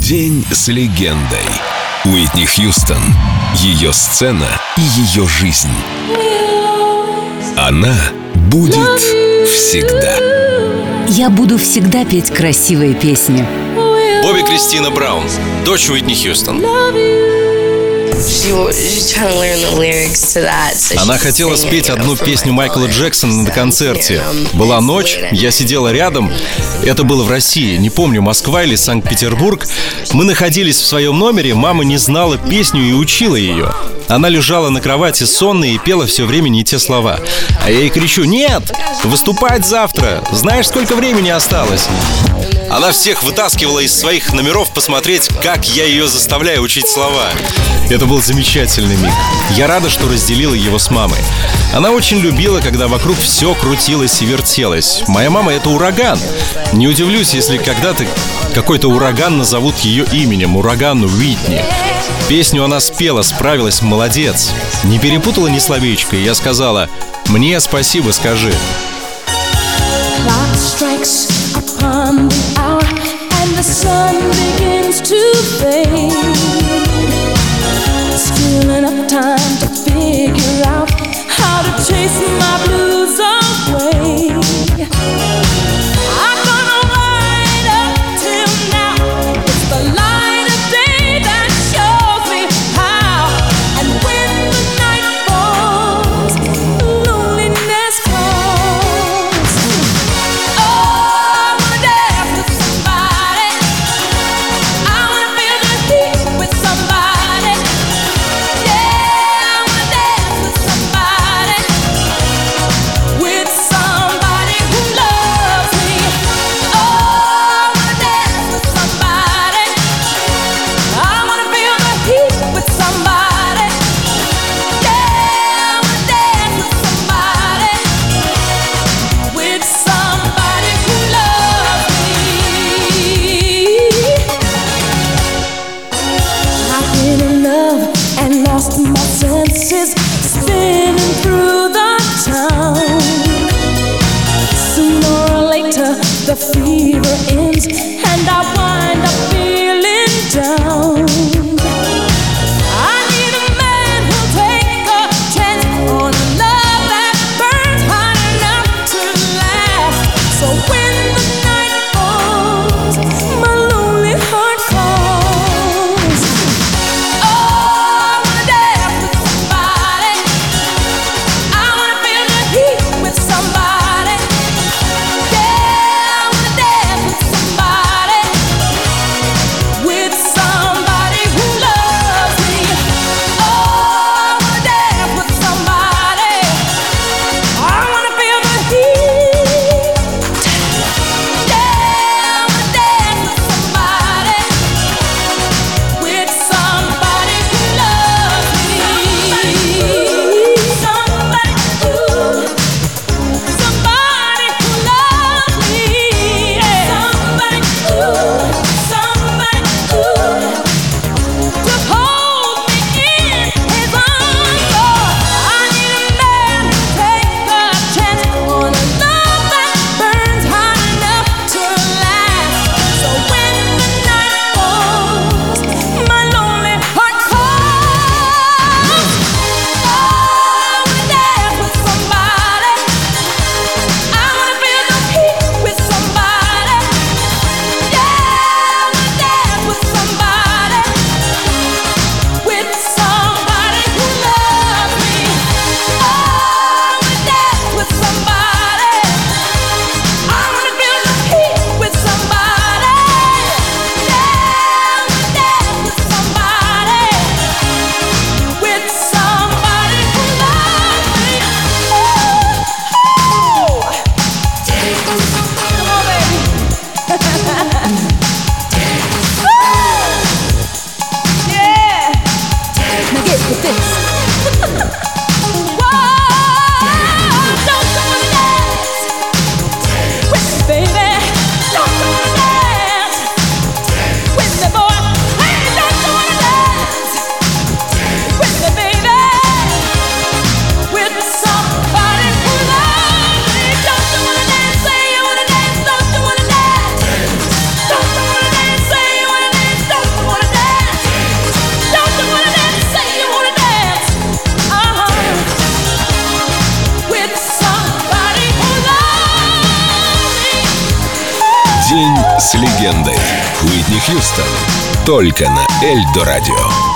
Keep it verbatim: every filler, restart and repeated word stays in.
День с легендой. Уитни Хьюстон. Ее сцена и ее жизнь. Она будет всегда. Я буду всегда петь красивые песни. Бобби Кристина Браун, дочь Уитни Хьюстон. Она хотела спеть одну песню Майкла Джексона на концерте. Была ночь, я сидела рядом. Это было в России, не помню, Москва или Санкт-Петербург. Мы находились в своем номере, мама не знала песню и учила ее. Она лежала на кровати сонная и пела все время не те слова. А я ей кричу: «Нет! Выступать завтра! Знаешь, сколько времени осталось?» Она всех вытаскивала из своих номеров посмотреть, как я ее заставляю учить слова. Это был замечательный миг. Я рада, что разделила его с мамой. Она очень любила, когда вокруг все крутилось и вертелось. Моя мама — это ураган. Не удивлюсь, если когда-то какой-то ураган назовут ее именем — ураган Уитни. Песню она спела, справилась, молодец. Не перепутала ни словечко, и я сказала: «Мне спасибо скажи». Upon the hour, and the sun begins to fade. Still enough time to figure out how to chase my blues away. I'm gonna ride up till now. It's the light of day that shows me how. And when the night falls, loneliness calls. Oh, День с легендой. Уитни Хьюстон. Только на Эльдо Радио.